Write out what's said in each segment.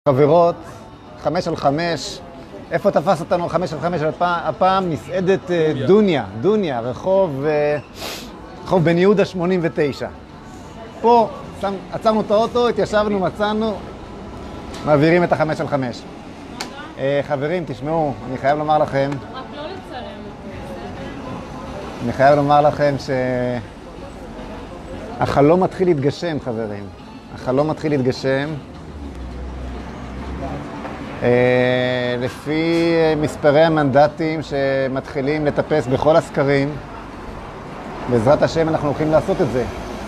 חברות, 5 על 5, איפה תפס אותנו 5 על 5? הפעם מסעדת דוניה, רחוב בן יהודה 89. פה עצרנו את האוטו, התיישבנו, מצאנו, מעבירים את ה5 על 5. חברים, תשמעו, אני חייב לומר לכם, רק לא לצלם. אני חייב לומר לכם שהחלום מתחיל להתגשם, חברים. החלום מתחיל להתגשם. לפי מספרי המנדטים שמתחילים לטפס בכל הסקרים, בעזרת השם אנחנו הולכים לעשות את זה.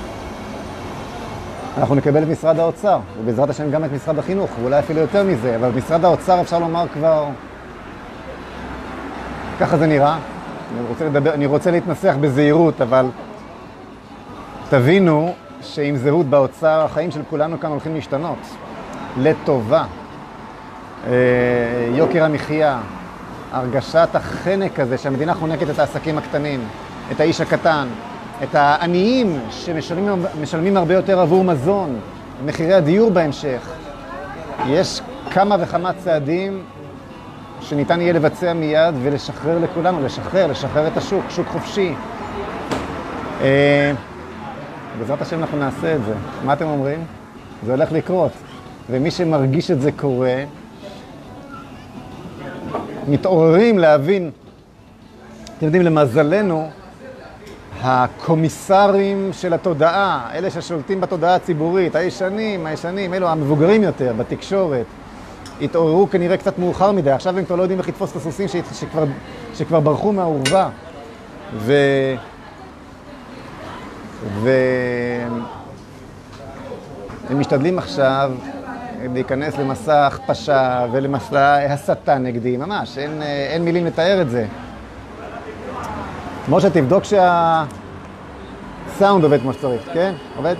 אנחנו נקבל את משרד האוצר, ובעזרת השם גם את משרד החינוך, ואולי אפילו יותר מזה, אבל משרד האוצר אפשר לומר כבר, ככה זה נראה. אני רוצה להתנסח בזהירות, אבל תבינו שעם זהות באוצר, החיים של כולנו כאן הולכים להשתנות, לטובה. יוקר המחיה, הרגשת החנק הזה שהמדינה חונקת את העסקים הקטנים, את האיש הקטן, את העניים שמשלמים הרבה יותר עבור מזון, מחירי הדיור בהמשך. יש כמה וכמה צעדים שניתן יהיה לבצע מיד ולשחרר לכולנו, לשחרר את השוק, שוק חופשי. בעזרת השם אנחנו נעשה את זה. מה אתם אומרים? זה הולך לקרות. ומי שמרגיש את זה קורה, מתעוררים להבין, אתם יודעים, למזלנו, הקומיסרים של התודעה, אלה ששולטים בתודעה הציבורית, הישנים, אלו המבוגרים יותר, בתקשורת, התעוררו כנראה קצת מאוחר מדי. עכשיו הם כבר לא יודעים איך לתפוס את הסוסים שכבר ברחו מהעורבה. הם משתדלים עכשיו להיכנס למסע הכפשה ולמסע הסתה נגדי, ממש, אין מילים לתאר את זה. כמו שתבדוק שהסאונד עובד כמו שצריך, כן? עובד?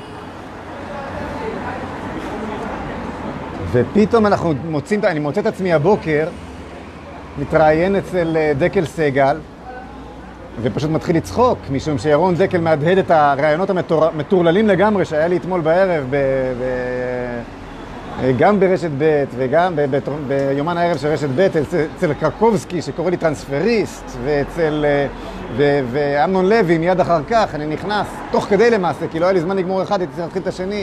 ופתאום אני מוצא את עצמי הבוקר, מתראיין אצל דקל סגל, ופשוט מתחיל לצחוק, משום שירון דקל מהדהד את הרעיונות המטורללים לגמרי שהיה לי אתמול בערב, גם ברשת ב' וגם ביומן הערב של רשת ב' אצל קרקובסקי שקורא לי טרנספריסט, ואמנון לוי מיד אחר כך. אני נכנס תוך כדי למעשה, כי לא היה לי זמן לגמור אחד, הייתי צריך להתחיל את השני,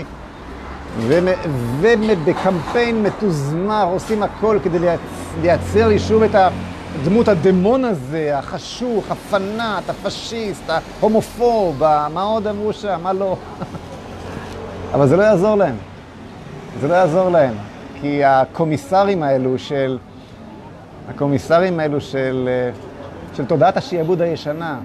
ובקמפיין מתוזמר עושים הכל כדי לייצר לי שוב את דמות הדמון הזה, החשוך, הפנאט, הפשיסט, ההומופוב, מה עוד אמרו שם, מה לא. אבל זה לא יעזור להם. זה לא יעזור להם, כי הקומיסרים האלו של תודעת השיעבוד הישנה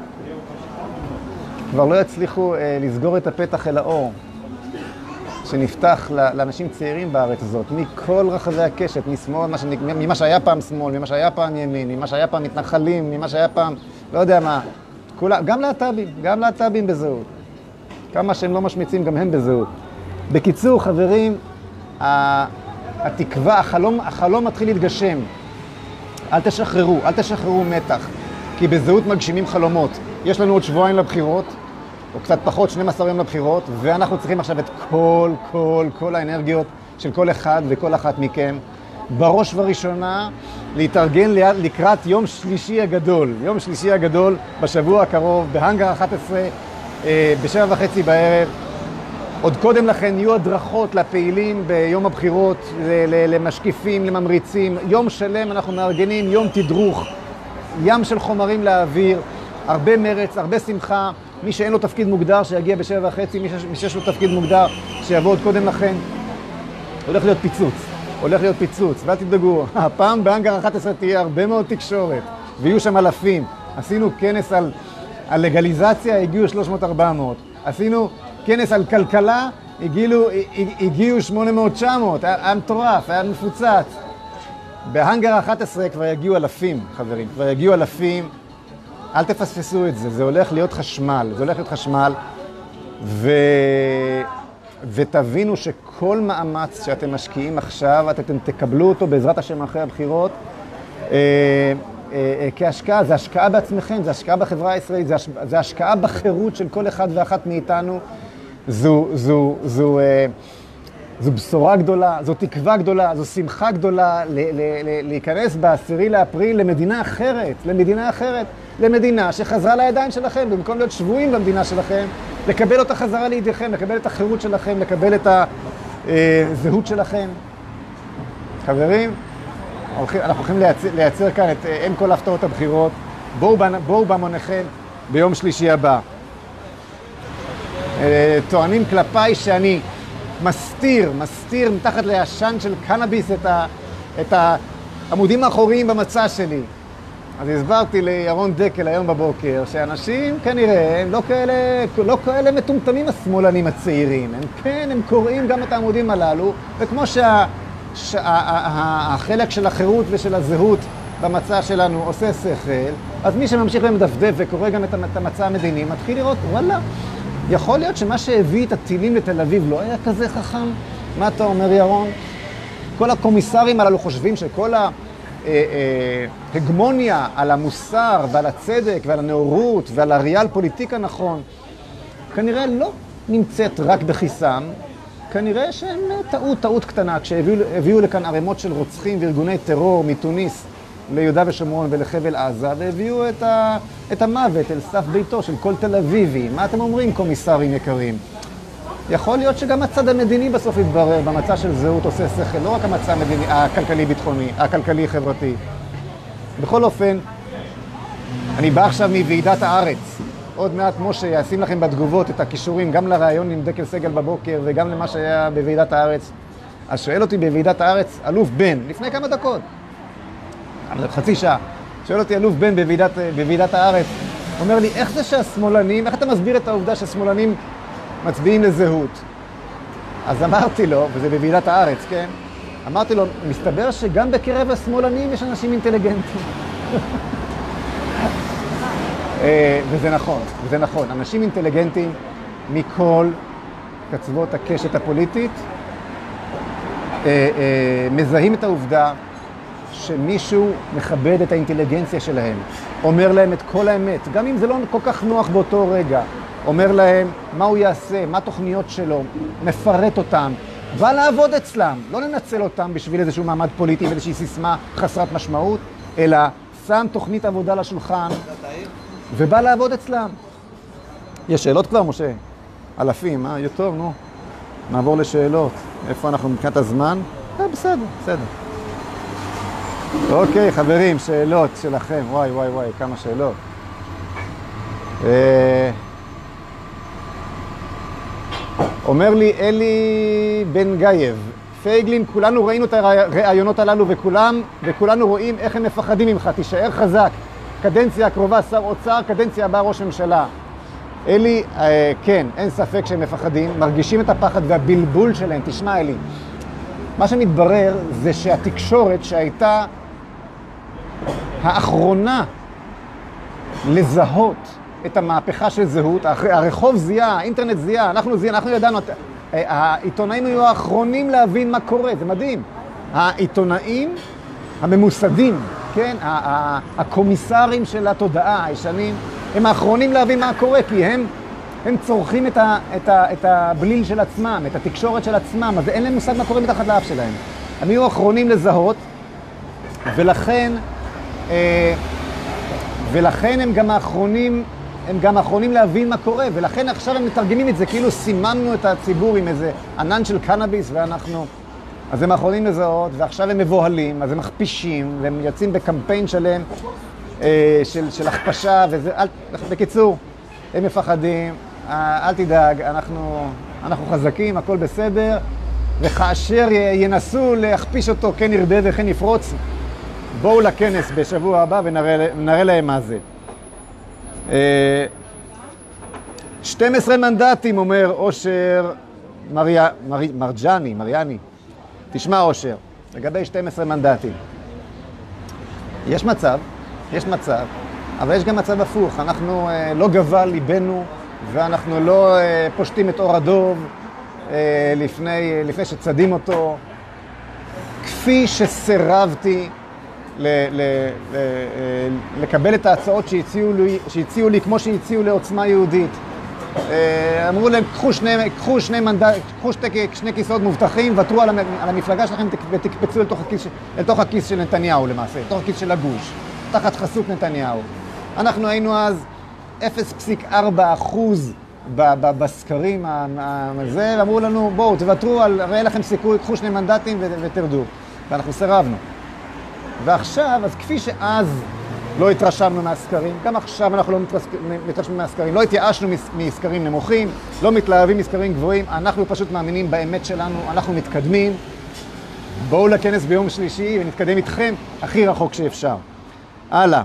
כבר לא יצליחו לסגור את הפתח אל האור שנפתח לאנשים צעירים בארץ הזאת, מכל רחבי הקשת, משמאל, ממה שהיה פעם שמאל, ממה שהיה פעם ימין, ממה שהיה פעם מתנחלים, ממה שהיה פעם, לא יודע מה, גם להט"בים בזהות. כמה שהם לא משמיצים, גם הם בזהות. בקיצור, חברים, התקווה, החלום מתחיל להתגשם. אל תשחררו מתח, כי בזהות מגשימים חלומות. יש לנו עוד שבועיים לבחירות, או קצת פחות, 12 יום לבחירות, ואנחנו צריכים עכשיו את כל האנרגיות של כל אחד וכל אחת מכם, בראש וראשונה, להתארגן לקראת יום שלישי הגדול בשבוע הקרוב, בהנגר 11, ב7:30 בערב. עוד קודם לכן יהיו הדרכות לפעילים ביום הבחירות, למשקיפים, לממריצים. יום שלם אנחנו מארגנים, יום תדרוך, ים של חומרים להעביר, הרבה מרץ, הרבה שמחה. מי שאין לו תפקיד מוגדר שיגיע ב7:30, מי שיש לו תפקיד מוגדר שיבוא עוד קודם לכן. הולך להיות פיצוץ, ואל תדאגו, הפעם בהנגר 11 תהיה הרבה מאוד תקשורת, ויהיו שם אלפים. עשינו כנס על לגליזציה, הגיעו 300-400. עשינו כנס על כלכלה, הגיעו 800-900, היה מטורף, היה מפוצץ. בהנגר 11 כבר יגיעו אלפים, חברים, כבר יגיעו אלפים. אל תפספסו את זה, זה הולך להיות חשמל, ותבינו שכל מאמץ שאתם משקיעים עכשיו, אתם תקבלו אותו בעזרת השם אחרי הבחירות, כהשקעה. זה השקעה בעצמכם, זה השקעה בחברה הישראלית, זה השקעה בחירות של כל אחד ואחת מאיתנו. זו בשורה גדולה, זו תקווה גדולה, זו שמחה גדולה להיכנס ב10 לאפריל למדינה אחרת, למדינה שחזרה לידיים שלכם, במקום להיות שבויים במדינה שלכם, לקבל אותה חזרה לידיכם, לקבל את החירות שלכם, לקבל את הזהות שלכם. חברים, אנחנו הולכים לייצר כאן את אם כל הפתעות הבחירות. בואו בהמוניכם ביום שלישי הבא. טוענים כלפיי שאני מסתיר מתחת לעשן של קנאביס את העמודים האחוריים במצע שלי. אז הסברתי לירון דקל היום בבוקר שאנשים כנראה הם לא כאלה מטומטמים השמאלנים הצעירים. הם קוראים גם את העמודים הללו, וכמו שהחלק של החירות ושל הזהות במצע שלנו עושה שכל, אז מי שממשיך ומדפדף וקורא גם את המצע המדיני מתחיל לראות, וואלה, יכול להיות שמה שהביא את הטילים לתל אביב לא היה כזה חכם? מה אתה אומר, ירון? כל הקומיסרים הללו חושבים שכל ההגמוניה על המוסר ועל הצדק ועל הנאורות ועל הריאל פוליטיקה נכון, כנראה לא נמצאת רק בכיסם, כנראה שהם טעות קטנה כשהביאו לכאן ערימות של רוצחים וארגוני טרור מתוניס ליהודה ושומרון ולחבל עזה, והביאו את המוות אל סף ביתו של כל תל אביבי. מה אתם אומרים, קומיסרים יקרים? יכול להיות שגם הצד המדיני בסוף יתברר במצע של זהות עושה שכל, לא רק המצע המדיני, הכלכלי-ביטחוני, הכלכלי-חברתי. בכל אופן, אני בא עכשיו מוועידת הארץ. עוד מעט משה ישים לכם בתגובות את הכישורים גם לרעיון עם דקל סגל בבוקר וגם למה שהיה בוועידת הארץ. אז שואל אותי בוועידת הארץ אלוף בן, לפני כמה דקות, חצי שעה, שואל אותי אלוף בן בוועידת הארץ, אומר לי, איך זה שהשמאלנים, איך אתה מסביר את העובדה שהשמאלנים מצביעים לזהות? אז אמרתי לו, וזה בוועידת הארץ, כן? אמרתי לו, מסתבר שגם בקרב השמאלנים יש אנשים אינטליגנטים. וזה נכון, אנשים אינטליגנטים מכל קצוות הקשת הפוליטית מזהים את העובדה שמישהו מכבד את האינטליגנציה שלהם, אומר להם את כל האמת, גם אם זה לא כל כך נוח באותו רגע, אומר להם מה הוא יעשה, מה התוכניות שלו, מפרט אותם, בא לעבוד אצלם, לא לנצל אותם בשביל איזשהו מעמד פוליטי ואיזושהי סיסמה חסרת משמעות, אלא שם תוכנית עבודה לשולחן ובא לעבוד אצלם. יש שאלות כבר, משה? אלפים, טוב, נו. נעבור לשאלות. איפה אנחנו מבחינת הזמן? בסדר. אוקיי, חברים, שאלות שלכם. וואי, כמה שאלות. אומר לי אלי בן גייב, פייגלין, כולנו ראינו את הרעיונות הללו וכולנו רואים איך הם מפחדים ממך, תישאר חזק. קדנציה הקרובה שר אוצר, קדנציה הבאה ראש ממשלה. אלי, כן, אין ספק שהם מפחדים, מרגישים את הפחד והבלבול שלהם. תשמע אלי, מה שמתברר זה שהתקשורת שהייתה האחרונה לזהות את המהפכה של זהות, הרחוב זיהה, האינטרנט זיהה, אנחנו ידענו, העיתונאים היו האחרונים להבין מה קורה, זה מדהים. העיתונאים הממוסדים, כן, הקומיסרים של התודעה, הישנים, הם האחרונים להבין מה קורה, כי הם צורכים את הבליל של עצמם, את התקשורת של עצמם, אז אין להם מושג מה קורה מתחת לאף שלהם. הם יהיו האחרונים לזהות, ולכן הם גם האחרונים להבין מה קורה, ולכן עכשיו הם מתרגמים את זה, כאילו סיממנו את הציבור עם איזה ענן של קנאביס, אז הם האחרונים לזהות, ועכשיו הם מבוהלים, אז הם מכפישים, והם יוצאים בקמפיין שלהם של הכפשה, בקיצור, הם מפחדים, אל תדאג, אנחנו חזקים, הכל בסדר, וכאשר ינסו להכפיש אותו, כן ירבה וכן יפרוץ, בואו לכנס בשבוע הבא ונראה להם מה זה. 12 מנדטים, אומר אושר מריאני. תשמע אושר, לגבי 12 מנדטים. יש מצב, אבל יש גם מצב הפוך. אנחנו לא גבל ליבנו, ואנחנו לא פושטים את אור הדוב לפני שצדים אותו. כפי שסירבתי לקבל את ההצעות שהציעו לי כמו שהציעו לעוצמה יהודית, אמרו להם, קחו שני כיסאות מובטחים, ותרו על המפלגה שלכם ותקפצו לתוך הכיס של נתניהו למעשה, לתוך הכיס של הגוש, תחת חסות נתניהו. אנחנו היינו אז 0.4% בסקרים הזה, ואמרו לנו, בואו, תוותרו, ראה לכם סיכוי, קחו 2 מנדטים ותרדו. ואנחנו סירבנו. ועכשיו, אז כפי שאז לא התרשמנו מהסקרים, גם עכשיו אנחנו לא מתרשמים מהסקרים, לא התייאשנו מסקרים נמוכים, לא מתלהבים מסקרים גבוהים, אנחנו פשוט מאמינים באמת שלנו, אנחנו מתקדמים. בואו לכנס ביום שלישי ונתקדם איתכם הכי רחוק שאפשר. הלאה.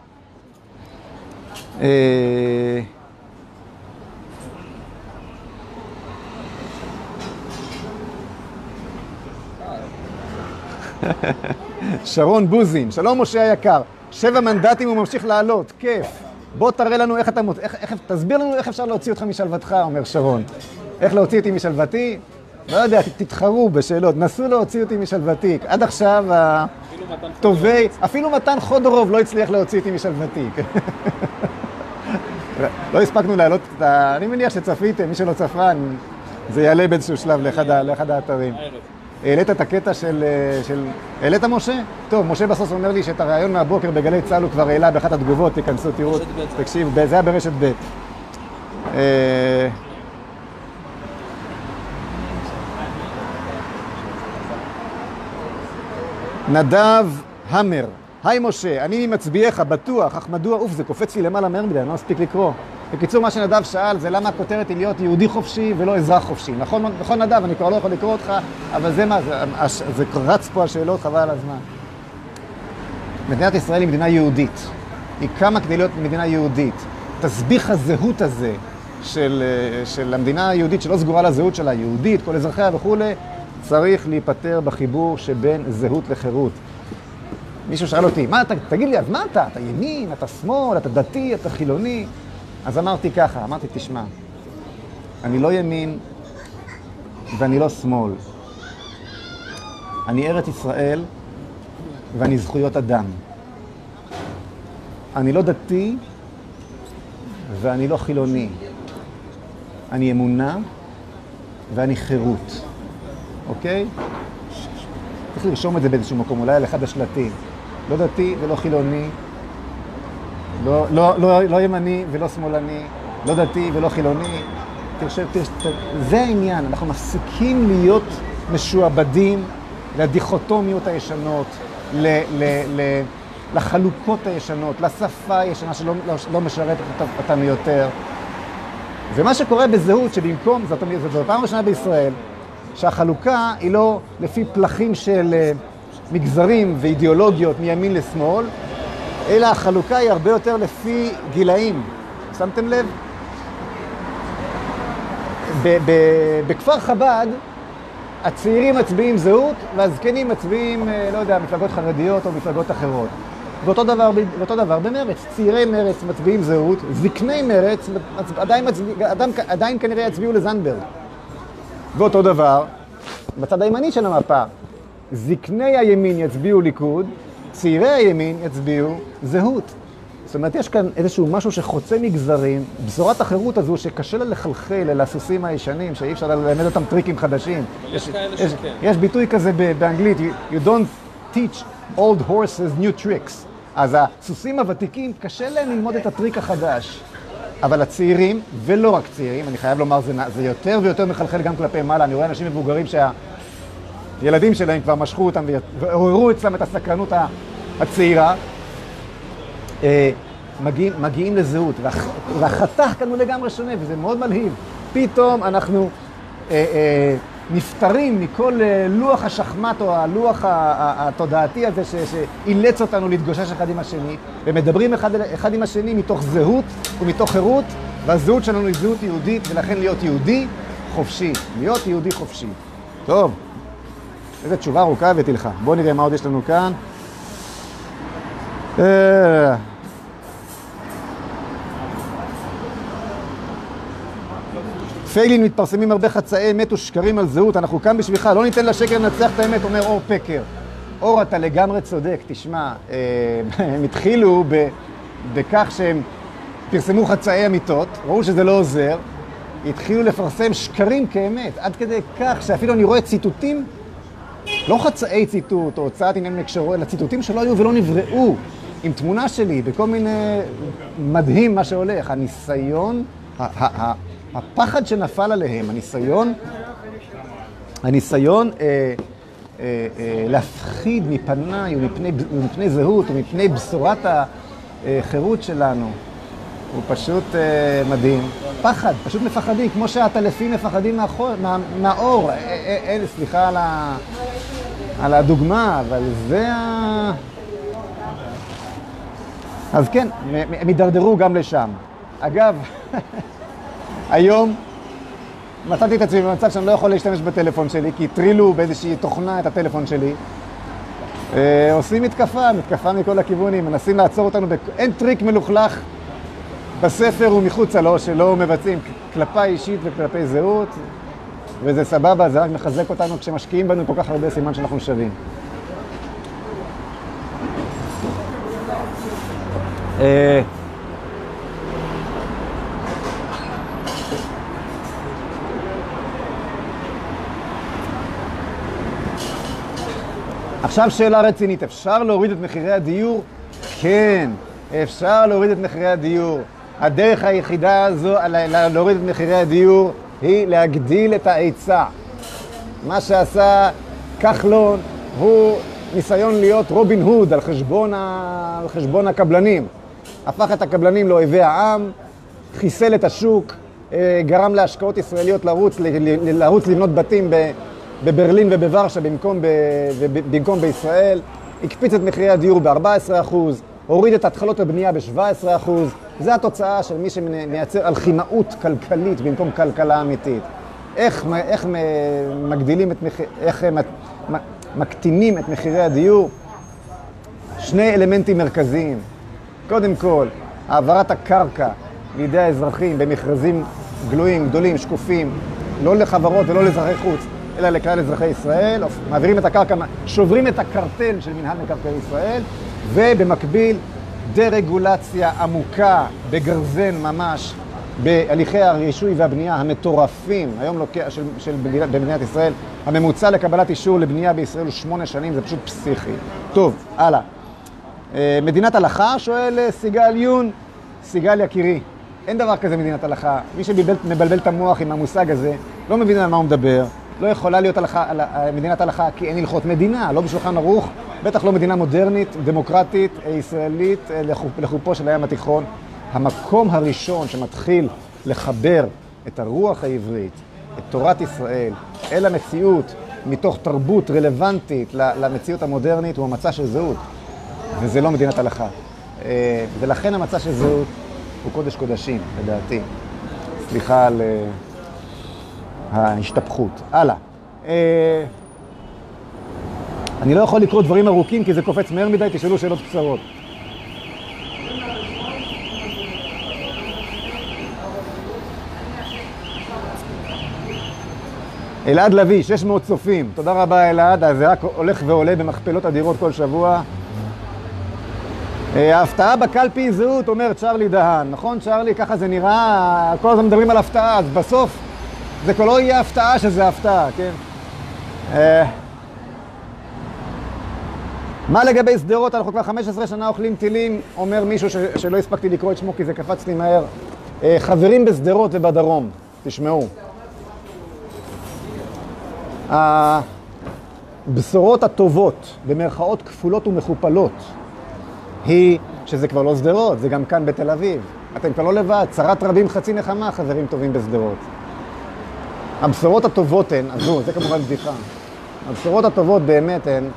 שרון בוזין, שלום משה היקר, 7 מנדטים הוא ממשיך לעלות, כיף. בוא תראה לנו תסביר לנו איך אפשר להוציא אותך משלוותך, אומר שרון. איך להוציא אותי משלוותי? לא יודע, תתחרו בשאלות, נסו להוציא אותי משלוותי. עד עכשיו, אפילו מתן חודרוב לא הצליח להוציא אותי משלוותי. לא הספקנו להעלות אני מניח שצפיתם, מי שלא צפה, זה יעלה באיזשהו שלב לאחד האתרים. העלית את הקטע העלית משה? טוב, משה בסוף אומר לי שאת הרעיון מהבוקר בגלי צה"ל הוא כבר העלה באחת התגובות, תיכנסו, תראו, תקשיב, זה היה ברשת ב'. נדב המר, היי משה, אני מצביעך, בטוח, אך מדוע, זה קופץ לי למעלה מהר מדי, אני לא מספיק לקרוא. בקיצור, מה שנדב שאל זה למה הכותרת היא להיות יהודי חופשי ולא אזרח חופשי. נכון נדב, אני כבר לא יכול לקרוא אותך, אבל זה רץ פה על שאלות, חבל על הזמן. מדינת ישראל היא מדינה יהודית. היא קמה כדי להיות מדינה יהודית. תסביך הזהות הזה של המדינה היהודית, שלא סגורה לזהות שלה, יהודית, כל אזרחיה וכו', צריך להיפטר בחיבור שבין זהות לחירות. מישהו שאל אותי, תגיד לי, אז מה אתה? אתה ימין, אתה שמאל, אתה דתי, אתה חילוני? אז אמרתי ככה, תשמע, אני לא ימין ואני לא שמאל. אני ארץ ישראל ואני זכויות אדם. אני לא דתי ואני לא חילוני. אני אמונה ואני חירות. אוקיי? צריך לרשום את זה באיזשהו מקום, אולי על אחד השלטים. לא דתי ולא חילוני. לא ימני ולא שמאלני, לא דתי ולא חילוני. זה העניין, אנחנו מפסיקים להיות משועבדים לדיכוטומיות הישנות, לחלוקות הישנות, לשפה הישנה שלא משרתת אותנו יותר. ומה שקורה בזהות, שבמקום, זאת פעם ראשונה בישראל, שהחלוקה היא לא לפי פלחים של מגזרים ואידיאולוגיות מימין לשמאל, אלא החלוקה היא הרבה יותר לפי גילאים. שמתם לב? בכפר חב"ד, הצעירים מצביעים זהות, והזקנים מצביעים, לא יודע, מפלגות חרדיות או מפלגות אחרות. ואותו דבר במרץ. צעירי מרץ מצביעים זהות, זקני מרץ עדיין כנראה יצביעו לזנברג. ואותו דבר, בצד הימני של המפה, זקני הימין יצביעו ליכוד, צעירי הימין יצביעו זהות. זאת אומרת, יש כאן איזשהו משהו שחוצה מגזרים, בשורת החירות הזו שקשה לה לחלחל אל הסוסים הישנים, שאי אפשר ללמד אותם טריקים חדשים. יש ביטוי כזה באנגלית, you don't teach old horses new tricks. אז הסוסים הוותיקים, קשה להם ללמוד את הטריק החדש. אבל הצעירים, ולא רק צעירים, אני חייב לומר, זה יותר ויותר מחלחל גם כלפי מעלה. אני רואה אנשים מבוגרים ילדים שלהם כבר משכו אותם ועוררו אצלם את הסקרנות הצעירה, מגיעים לזהות, והחתך כאן הוא לגמרי שונה, וזה מאוד מלהיב. פתאום אנחנו נפטרים מכל לוח השחמט או הלוח התודעתי הזה שאילץ אותנו להתגושש אחד עם השני, ומדברים אחד עם השני מתוך זהות ומתוך חירות, והזהות שלנו היא זהות יהודית, ולכן להיות יהודי חופשי. להיות יהודי חופשי. טוב. איזו תשובה ארוכה הבאתי לך. בואו נראה מה עוד יש לנו כאן. פייגלין מתפרסמים הרבה חצאי אמת ושקרים על זהות. אנחנו כאן בשבילך, לא ניתן לשקר לנצח את האמת, אומר אור פקר. אור, אתה לגמרי צודק. תשמע, הם התחילו בכך שהם פרסמו חצאי אמיתות, ראו שזה לא עוזר, התחילו לפרסם שקרים כאמת, עד כדי כך שאפילו אני רואה ציטוטים, לא חצאי ציטוט או הוצאת עניין מקשרו, אלא ציטוטים שלא היו ולא נבראו, עם תמונה שלי, בכל מיני מדהים מה שהולך. הניסיון, הפחד שנפל עליהם, הניסיון להפחיד מפניי ומפני זהות ומפני בשורת החירות שלנו, הוא פשוט מדהים. פחד, פשוט מפחדים, כמו שהטלפים מפחדים מהאור. סליחה על הדוגמה, אבל זה אז כן, הם הידרדרו גם לשם. אגב, היום מצאתי את עצמי במצב שאני לא יכול להשתמש בטלפון שלי, כי הטרילו באיזושהי תוכנה את הטלפון שלי. עושים מתקפה מכל הכיוונים, מנסים לעצור אותנו. אין טריק מלוכלך בספר ומחוצה לו שלא מבצעים כלפי אישית וכלפי זהות, וזה סבבה, זה רק מחזק אותנו כשמשקיעים בנו כל כך הרבה סימן שאנחנו שווים. עכשיו שאלה רצינית, אפשר להוריד את מחירי הדיור? כן, אפשר להוריד את מחירי הדיור. הדרך היחידה הזו להוריד את מחירי הדיור היא להגדיל את ההיצע. מה שעשה כחלון הוא ניסיון להיות רובין הוד על חשבון הקבלנים. הפך את הקבלנים לאויבי העם, חיסל את השוק, גרם להשקעות ישראליות לרוץ לבנות בתים בברלין ובוורשה במקום בישראל, הקפיץ את מחירי הדיור ב-14%, הוריד את התחלות הבנייה ב-17%. זה התוצאה של מי שמייצר אלכימאות כלכלית במקום כלכלה אמיתית. איך מקטינים את מחירי הדיור? שני אלמנטים מרכזיים. קודם כל, העברת הקרקע לידי האזרחים במכרזים גלויים, גדולים, שקופים, לא לחברות ולא לאזרחי חוץ, אלא לכלל אזרחי ישראל. מעבירים את הקרקע, שוברים את הקרטל של מנהל מקרקעי ישראל, ובמקביל דרגולציה עמוקה בגרזן ממש בהליכי הרישוי והבנייה המטורפים. היום במדינת ישראל הממוצע לקבלת אישור לבנייה בישראל הוא 8 שנים, זה פשוט פסיכי. טוב, הלאה. מדינת הלכה, שואל סיגל יון. סיגל יקירי, אין דבר כזה מדינת הלכה. מי שמבלבל את המוח עם המושג הזה לא מבין על מה הוא מדבר. לא יכולה להיות מדינת הלכה כי אין הלכות מדינה, לא בשולחן ערוך, בטח לא מדינה מודרנית, דמוקרטית, ישראלית, לחופו של הים התיכון. המקום הראשון שמתחיל לחבר את הרוח העברית, את תורת ישראל, אל המציאות, מתוך תרבות רלוונטית למציאות המודרנית, הוא המצע של זהות. וזה לא מדינת הלכה. ולכן המצע של זהות הוא קודש קודשים, לדעתי. סליחה על ההשתפכות. הלאה. אני לא יכול לקרוא דברים ארוכים כי זה קופץ מהר מדי, תשאלו שאלות קצרות. אלעד לוי, 600 צופים. תודה רבה אלעד, זה רק הולך ועולה במכפלות אדירות כל שבוע. ההפתעה בקלפי היא זהות, אומר צ'רלי דהן. נכון צ'רלי? ככה זה נראה, כל הזמן מדברים על הפתעה, אז בסוף זה כבר לא יהיה הפתעה שזה הפתעה, כן? מה לגבי סדרות? אנחנו כבר 15 שנה אוכלים טילים, אומר מישהו שלא הספקתי לקרוא את שמו כי זה קפץ לי מהר. חברים בסדרות ובדרום, תשמעו. הבשורות הטובות, במרכאות כפולות ומכופלות, היא שזה כבר לא סדרות, זה גם כאן בתל אביב. אתם כבר לא לבד, צרת רבים חצי נחמה, חברים טובים בסדרות. הבשורות הטובות הן, זה כמובן בדיחה, הבשורות הטובות באמת הן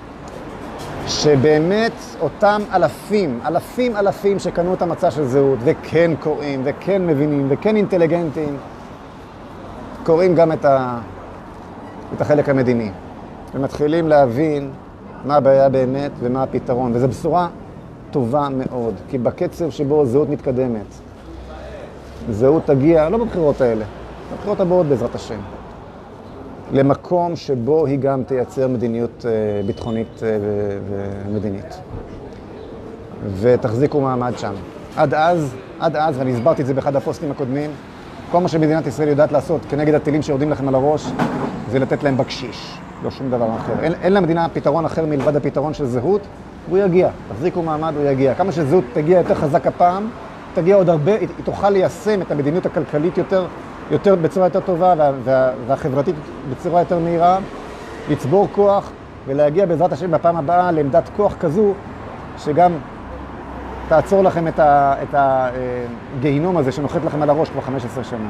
שבאמת אותם אלפים שקנו את המצע של זהות וכן קוראים וכן מבינים וכן אינטליגנטים, קוראים גם את החלק המדיני ומתחילים להבין מה הבעיה באמת ומה הפתרון, וזו בשורה טובה מאוד, כי בקצב שבו זהות מתקדמת, זהות תגיע, לא בבחירות האלה, בבחירות הבאות בעזרת השם, למקום שבו היא גם תייצר מדיניות ביטחונית ומדינית. ותחזיקו מעמד שם. עד אז עד אז, ואני הסברתי את זה באחד הפוסטים הקודמים, כל מה שמדינת ישראל יודעת לעשות כנגד הטילים שיורדים לכם על הראש, זה לתת להם בקשיש, לא שום דבר אחר. אין למדינה פתרון אחר מלבד הפתרון של זהות, והוא יגיע. תחזיקו מעמד, הוא יגיע. כמה שזהות תגיע יותר חזק הפעם, תגיע עוד הרבה, היא תוכל ליישם את המדיניות הכלכלית יותר בצורה יותר טובה, והחברתית בצורה יותר מהירה, לצבור כוח ולהגיע בעזרת השם בפעם הבאה לעמדת כוח כזו, שגם תעצור לכם את הגיהינום הזה שנוחת לכם על הראש כבר 15 שנה.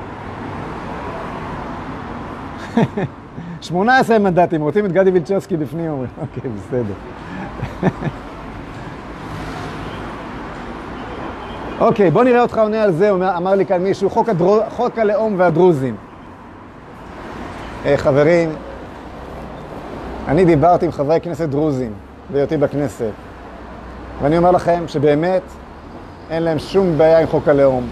18 מנדטים, רוצים את גדי וילצ'רסקי בפנים, אומרים. אוקיי, בסדר. אוקיי, בוא נראה אותך עונה על זה, אמר לי כאן מישהו, חוק הלאום והדרוזים. חברים, אני דיברתי עם חברי כנסת דרוזים בהיותי בכנסת, ואני אומר לכם שבאמת אין להם שום בעיה עם חוק הלאום.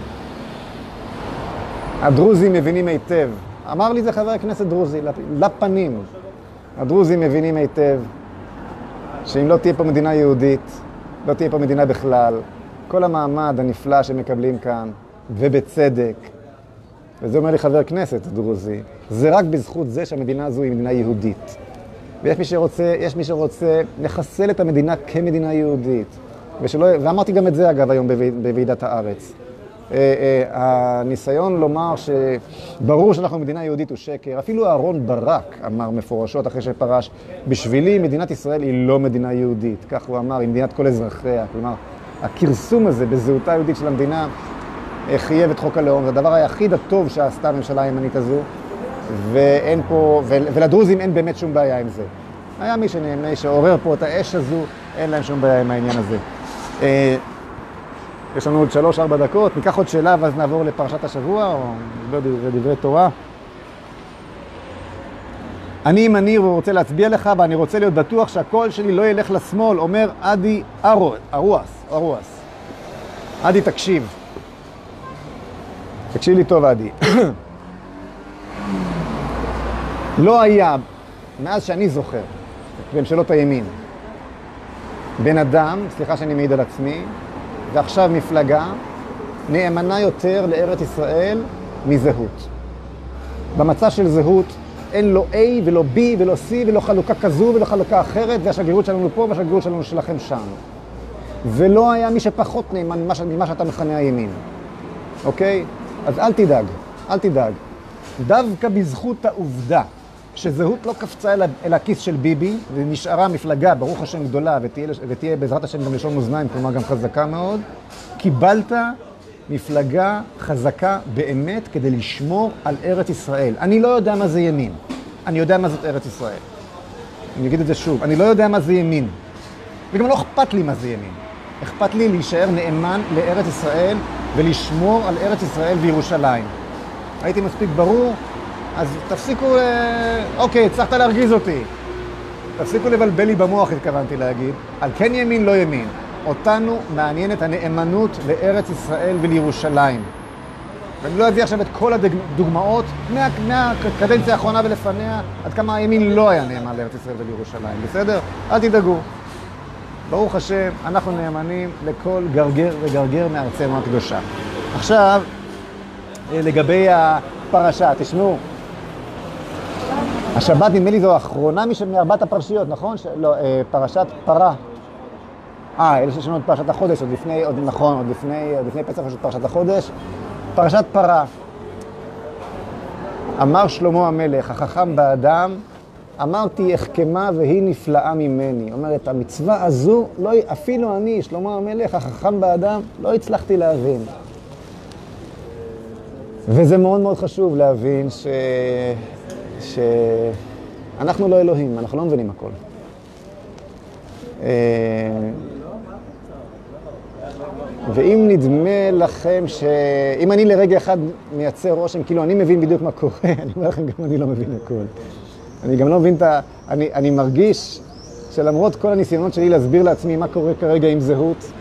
הדרוזים מבינים היטב, אמר לי זה חבר כנסת דרוזי, לפנים. הדרוזים מבינים היטב שאם לא תהיה פה מדינה יהודית, לא תהיה פה מדינה בכלל. כל המעמד הנפלא שמקבלים כאן, ובצדק, וזה אומר לי חבר כנסת דרוזי, זה רק בזכות זה שהמדינה הזו היא מדינה יהודית. ויש מי שרוצה לחסל את המדינה כמדינה יהודית. ואמרתי גם את זה אגב היום בוועידת הארץ. הניסיון לומר שברור שאנחנו מדינה יהודית הוא שקר. אפילו אהרון ברק אמר מפורשות אחרי שפרש, בשבילי מדינת ישראל היא לא מדינה יהודית. כך הוא אמר, היא מדינת כל אזרחיה. כלומר, הכרסום הזה בזהותה היהודית של המדינה חייב את חוק הלאום. זה הדבר היחיד הטוב שעשתה הממשלה הימנית הזו, ולדרוזים אין באמת שום בעיה עם זה. היה מי שעורר פה את האש הזו, אין להם שום בעיה עם העניין הזה. יש לנו עוד 3-4 דקות, ניקח עוד שאלה ואז נעבור לפרשת השבוע, או לדברי תורה. אני ימני ורוצה להצביע לך, ואני רוצה להיות בטוח שהקול שלי לא ילך לשמאל, אומר עדי ארואס. עדי, תקשיב. תקשיב לי טוב, עדי. לא היה, מאז שאני זוכר, בממשלות הימין, בן אדם, סליחה שאני מעיד על עצמי, ועכשיו מפלגה, נאמנה יותר לארץ ישראל מזהות. במצע של זהות אין לו A ולא B ולא C ולא חלוקה כזו ולא חלוקה אחרת, והשגרירות שלנו פה והשגרירות שלנו שלכם שם. ולא היה מי שפחות נאמן ממה שאתה מכנה הימין. אוקיי? אז אל תדאג. דווקא בזכות העובדה שזהות לא קפצה אל הכיס של ביבי, ונשארה מפלגה, ברוך השם גדולה, ותהיה בעזרת השם גם לשון מאזניים, כלומר גם חזקה מאוד, קיבלת מפלגה חזקה באמת כדי לשמור על ארץ ישראל. אני לא יודע מה זה ימין, אני יודע מה זאת ארץ ישראל. אני אגיד את זה שוב, אני לא יודע מה זה ימין, וגם לא אכפת לי מה זה ימין. אכפת לי להישאר נאמן לארץ ישראל ולשמור על ארץ ישראל וירושלים. הייתי מספיק ברור? אז תפסיקו, אוקיי, הצלחת להרגיז אותי. תפסיקו לבלבל לי במוח, התכוונתי להגיד. על כן ימין, לא ימין. אותנו מעניינת הנאמנות לארץ ישראל ולירושלים. ואני לא אביא עכשיו את כל הדוגמאות מהקדנציה האחרונה ולפניה, עד כמה הימין לא היה נאמן לארץ ישראל ולירושלים. בסדר? אל תדאגו. ברוך השם, אנחנו נאמנים לכל גרגר וגרגר מארצנו הקדושה. עכשיו, לגבי הפרשה, תשמעו. השבת נדמה לי זו האחרונה מארבעת הפרשיות, נכון? לא, פרשת פרה. אלה שיש לנו את פרשת החודש, עוד לפני פסח יש את פרשת החודש. פרשת פרה. אמר שלמה המלך, החכם באדם, אמרתי החכמה והיא נפלאה ממני. אומרת, המצווה הזו, אפילו אני, שלמה המלך, החכם באדם, לא הצלחתי להבין. וזה מאוד מאוד חשוב להבין שאנחנו לא אלוהים, אנחנו לא מבינים הכל. ואם נדמה לכם אם אני לרגע אחד מייצר רושם, כאילו אני מבין בדיוק מה קורה, אני אומר לכם, גם אני לא מבין הכל. אני גם לא מבין אני מרגיש שלמרות כל הניסיונות שלי להסביר לעצמי מה קורה כרגע עם זהות,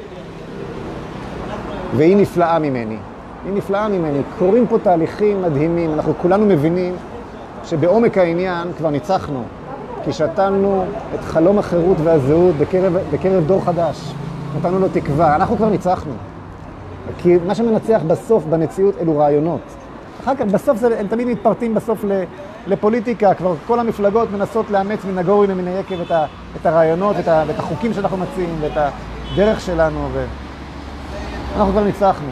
והיא נפלאה ממני. היא נפלאה ממני. קורים פה תהליכים מדהימים. אנחנו כולנו מבינים שבעומק העניין כבר ניצחנו. כי שתלנו את חלום החירות והזהות בקרב דור חדש. נתנו לו תקווה. אנחנו כבר ניצחנו. כי מה שמנצח בסוף במציאות אלו רעיונות. אחר כך, בסוף הם תמיד מתפרטים בסוף לפוליטיקה, כבר כל המפלגות מנסות לאמץ מן הגורן ומן היקב את הרעיונות, ואת החוקים שאנחנו מציעים, ואת הדרך שלנו, אנחנו כבר ניצחנו.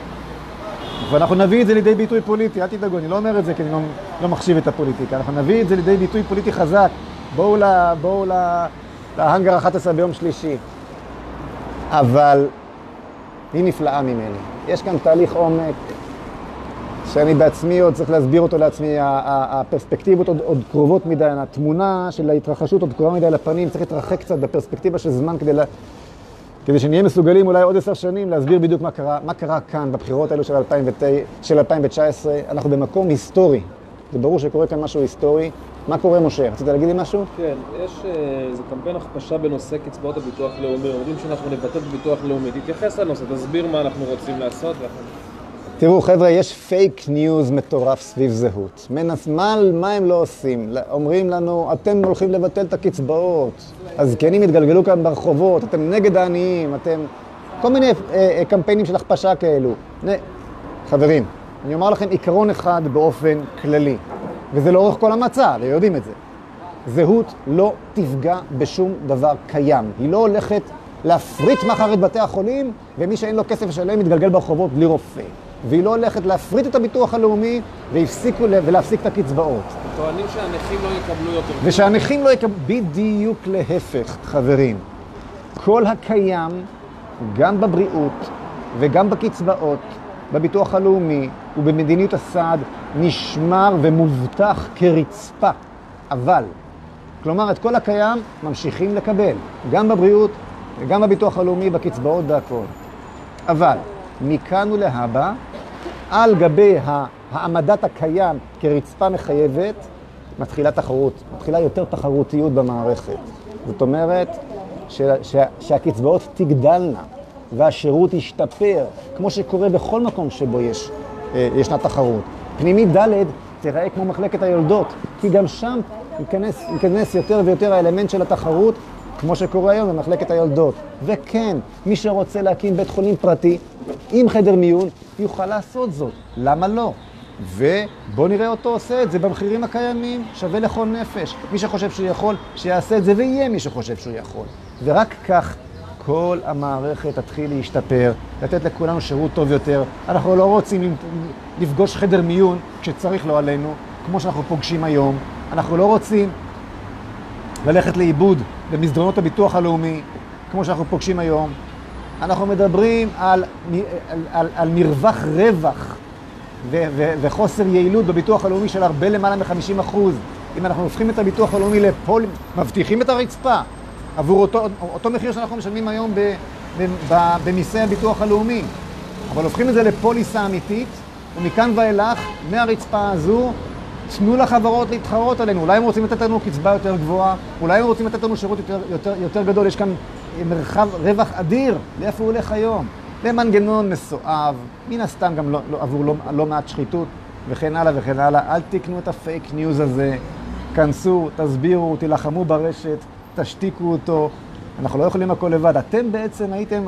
ואנחנו נביא את זה לידי ביטוי פוליטי, אל תדאגו, אני לא אומר את זה כי אני לא מחשיב את הפוליטיקה, אנחנו נביא את זה לידי ביטוי פוליטי חזק, בואו להנגר 11 ביום שלישי. אבל היא נפלאה ממני. יש כאן תהליך עומק שאני בעצמי עוד צריך להסביר אותו לעצמי, הפרספקטיבות עוד קרובות מדי, התמונה של ההתרחשות עוד קרובה מדי לפנים, צריך להתרחק קצת בפרספקטיבה של זמן כדי שנהיה מסוגלים אולי עוד 10 שנים להסביר בדיוק מה קרה כאן בבחירות האלו של 2019. אנחנו במקום היסטורי, זה ברור שקורה כאן משהו היסטורי. מה קורה, משה? רצית להגיד לי משהו? כן, יש איזה קמפיין הכפשה בנושא קצבאות הביטוח לאומי, אומרים שאנחנו נבטל בביטוח לאומי. תתייחס לנושא, תסביר מה אנחנו רוצים לעשות. תראו חבר'ה, יש פייק ניוז מטורף סביב זהות. מה הם לא עושים? אומרים לנו, אתם הולכים לבטל את הקצבאות, הזקנים יתגלגלו כאן ברחובות, אתם נגד העניים, אתם... כל מיני קמפיינים של הכפשה כאלו. חברים, אני אומר לכם עיקרון אחד באופן כללי, וזה לאורך כל המצע, ויודעים את זה. זהות לא תפגע בשום דבר קיים. היא לא הולכת להפריט מחר את בתי החולים, ומי שאין לו כסף לשלם מתגלגל ברחובות בלי רופא. והיא לא הולכת להפריט את הביטוח הלאומי ולהפסיק את הקצבאות. טוענים שהנכים לא יקבלו יותר. ושהנכים לא יקבלו, בדיוק להפך, חברים. כל הקיים, גם בבריאות וגם בקצבאות, בביטוח הלאומי ובמדיניות הסעד, נשמר ומובטח כרצפה. אבל, כלומר, את כל הקיים ממשיכים לקבל, גם בבריאות וגם בביטוח הלאומי, בקצבאות והכל. אבל, מכאן ולהבא, על גבי העמדת הקיים כרצפה מחייבת, מתחילה תחרות, מתחילה יותר תחרותיות במערכת. זאת אומרת שהקצבאות תגדלנה והשירות ישתפר, כמו שקורה בכל מקום שבו ישנה תחרות. פנימית ד' תראה כמו מחלקת היולדות, כי גם שם ייכנס יותר ויותר האלמנט של התחרות, כמו שקורה היום במחלקת היולדות. וכן, מי שרוצה להקים בית חולים פרטי עם חדר מיון, יוכל לעשות זאת. למה לא? ובוא נראה אותו עושה את זה במחירים הקיימים, שווה לכל נפש. מי שחושב שהוא יכול, שיעשה את זה, ויהיה מי שחושב שהוא יכול. ורק כך כל המערכת תתחיל להשתפר, לתת לכולנו שירות טוב יותר. אנחנו לא רוצים לפגוש חדר מיון כשצריך לא עלינו, כמו שאנחנו פוגשים היום. אנחנו לא רוצים ללכת לאיבוד במסדרונות הביטוח הלאומי, כמו שאנחנו פוגשים היום. אנחנו מדברים על מרווח רווח וחוסר יעילות בביטוח הלאומי של הרבה למעלה מ-50%. אם אנחנו הופכים את הביטוח הלאומי מבטיחים את הרצפה עבור אותו מחיר שאנחנו משלמים היום במיסי הביטוח הלאומי. אבל הופכים את זה לפוליסה אמיתית, ומכאן ואילך, מהרצפה הזו, תנו לחברות להתחרות עלינו. אולי הם רוצים לתת לנו קצבה יותר גבוהה, אולי הם רוצים לתת לנו שירות יותר גדול. יש כאן מרחב רווח אדיר לאיפה הוא הולך היום. למנגנון מסואב, מן הסתם גם עבור לא מעט שחיתות, וכן הלאה וכן הלאה. אל תקנו את הפייק ניוז הזה, כנסו, תסבירו, תילחמו ברשת, תשתיקו אותו. אנחנו לא יכולים הכל לבד. אתם בעצם הייתם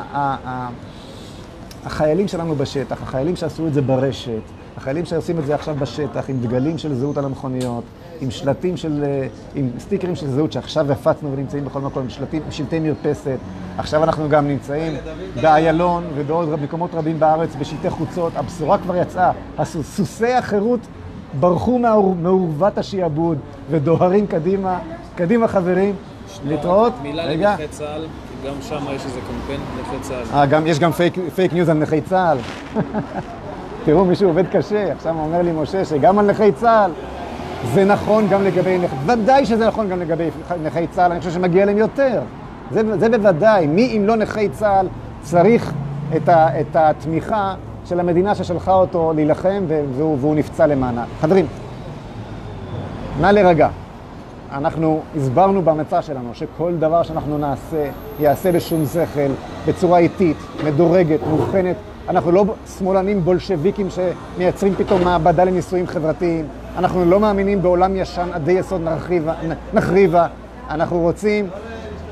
החיילים שלנו בשטח, החיילים שעשו את זה ברשת, החיילים שעושים את זה עכשיו בשטח, עם דגלים של זהות על המכוניות, עם עם סטיקרים של זהות שעכשיו הפצנו ונמצאים בכל מקום, עם שלטי מרפסת. עכשיו אנחנו גם נמצאים באיילון ובעוד מקומות רבים בארץ בשלטי חוצות. הבשורה כבר יצאה. סוסי החירות ברחו מעורבת השיעבוד ודוהרים קדימה. קדימה חברים, להתראות. מילה לנכי צה"ל, כי גם שם יש איזה קמפיין נכי צה"ל. יש גם פייק ניוז על נכי צה"ל. תראו, מישהו עובד קשה, עכשיו אומר לי משה שגם על נכי צה"ל זה נכון גם לגבי ודאי שזה נכון גם לגבי נכי צה"ל, אני חושב שמגיע להם יותר. זה בוודאי. מי אם לא נכי צה"ל צריך את התמיכה של המדינה ששלחה אותו להילחם והוא נפצע למענה. חברים, נא לרגע. אנחנו הסברנו במצע שלנו שכל דבר שאנחנו יעשה בשום שכל, בצורה איטית, מדורגת, מובחנת. אנחנו לא שמאלנים בולשביקים שמייצרים פתאום מעבדה לניסויים חברתיים. אנחנו לא מאמינים בעולם ישן עדי יסוד נחריבה. אנחנו רוצים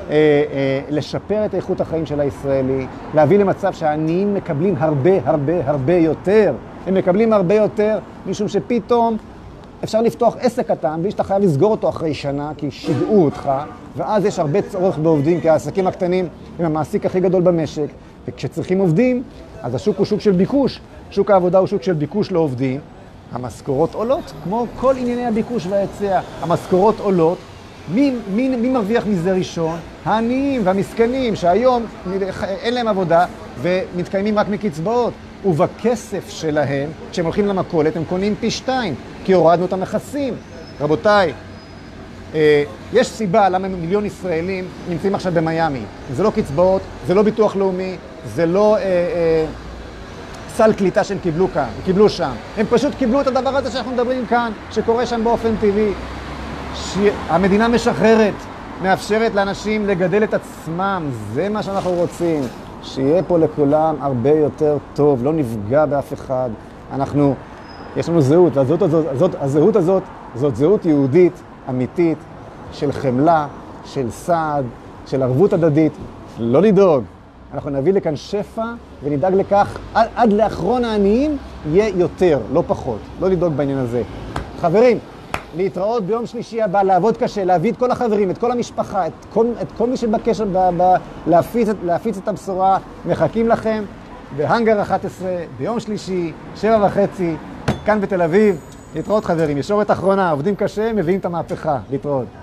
לשפר את איכות החיים של הישראלי, להביא למצב שהעניים מקבלים הרבה יותר. הם מקבלים הרבה יותר, משום שפתאום אפשר לפתוח עסק קטן, בלי שאתה חייב לסגור אותו אחרי שנה, כי שיגעו אותך, ואז יש הרבה צורך בעובדים, כי העסקים הקטנים הם המעסיק הכי גדול במשק, וכשצריכים עובדים, אז השוק הוא שוק של ביקוש, שוק העבודה הוא שוק של ביקוש לעובדים, המשכורות עולות, כמו כל ענייני הביקוש וההיצע, המשכורות עולות, מי מרוויח מזה ראשון? העניים והמסכנים, שהיום אין להם עבודה ומתקיימים רק מקצבאות, ובכסף שלהם, כשהם הולכים למכולת, הם קונים פי 2, כי הורדנו את המכסים. רבותיי, יש סיבה למה מיליון ישראלים נמצאים עכשיו במיימי. זה לא קצבאות, זה לא ביטוח לאומי, זה לא סל קליטה שהם קיבלו כאן, קיבלו שם. הם פשוט קיבלו את הדבר הזה שאנחנו מדברים כאן, שקורה שם באופן טבעי. המדינה משחררת, מאפשרת לאנשים לגדל את עצמם, זה מה שאנחנו רוצים. שיהיה פה לכולם הרבה יותר טוב, לא נפגע באף אחד. יש לנו זהות, והזהות הזאת זאת זהות יהודית, אמיתית, של חמלה, של סעד, של ערבות הדדית. לא לדאוג, אנחנו נביא לכאן שפע ונדאג לכך, עד לאחרון העניים יהיה יותר, לא פחות. לא לדאוג בעניין הזה. חברים, להתראות ביום שלישי הבא, לעבוד קשה, להביא את כל החברים, את כל המשפחה, את כל מי שבקשר להפיץ את הבשורה. מחכים לכם בהנגר 11, ביום שלישי, 7:30, כאן בתל אביב. להתראות חברים, ישורת אחרונה, עובדים קשה, מביאים את המהפכה. להתראות.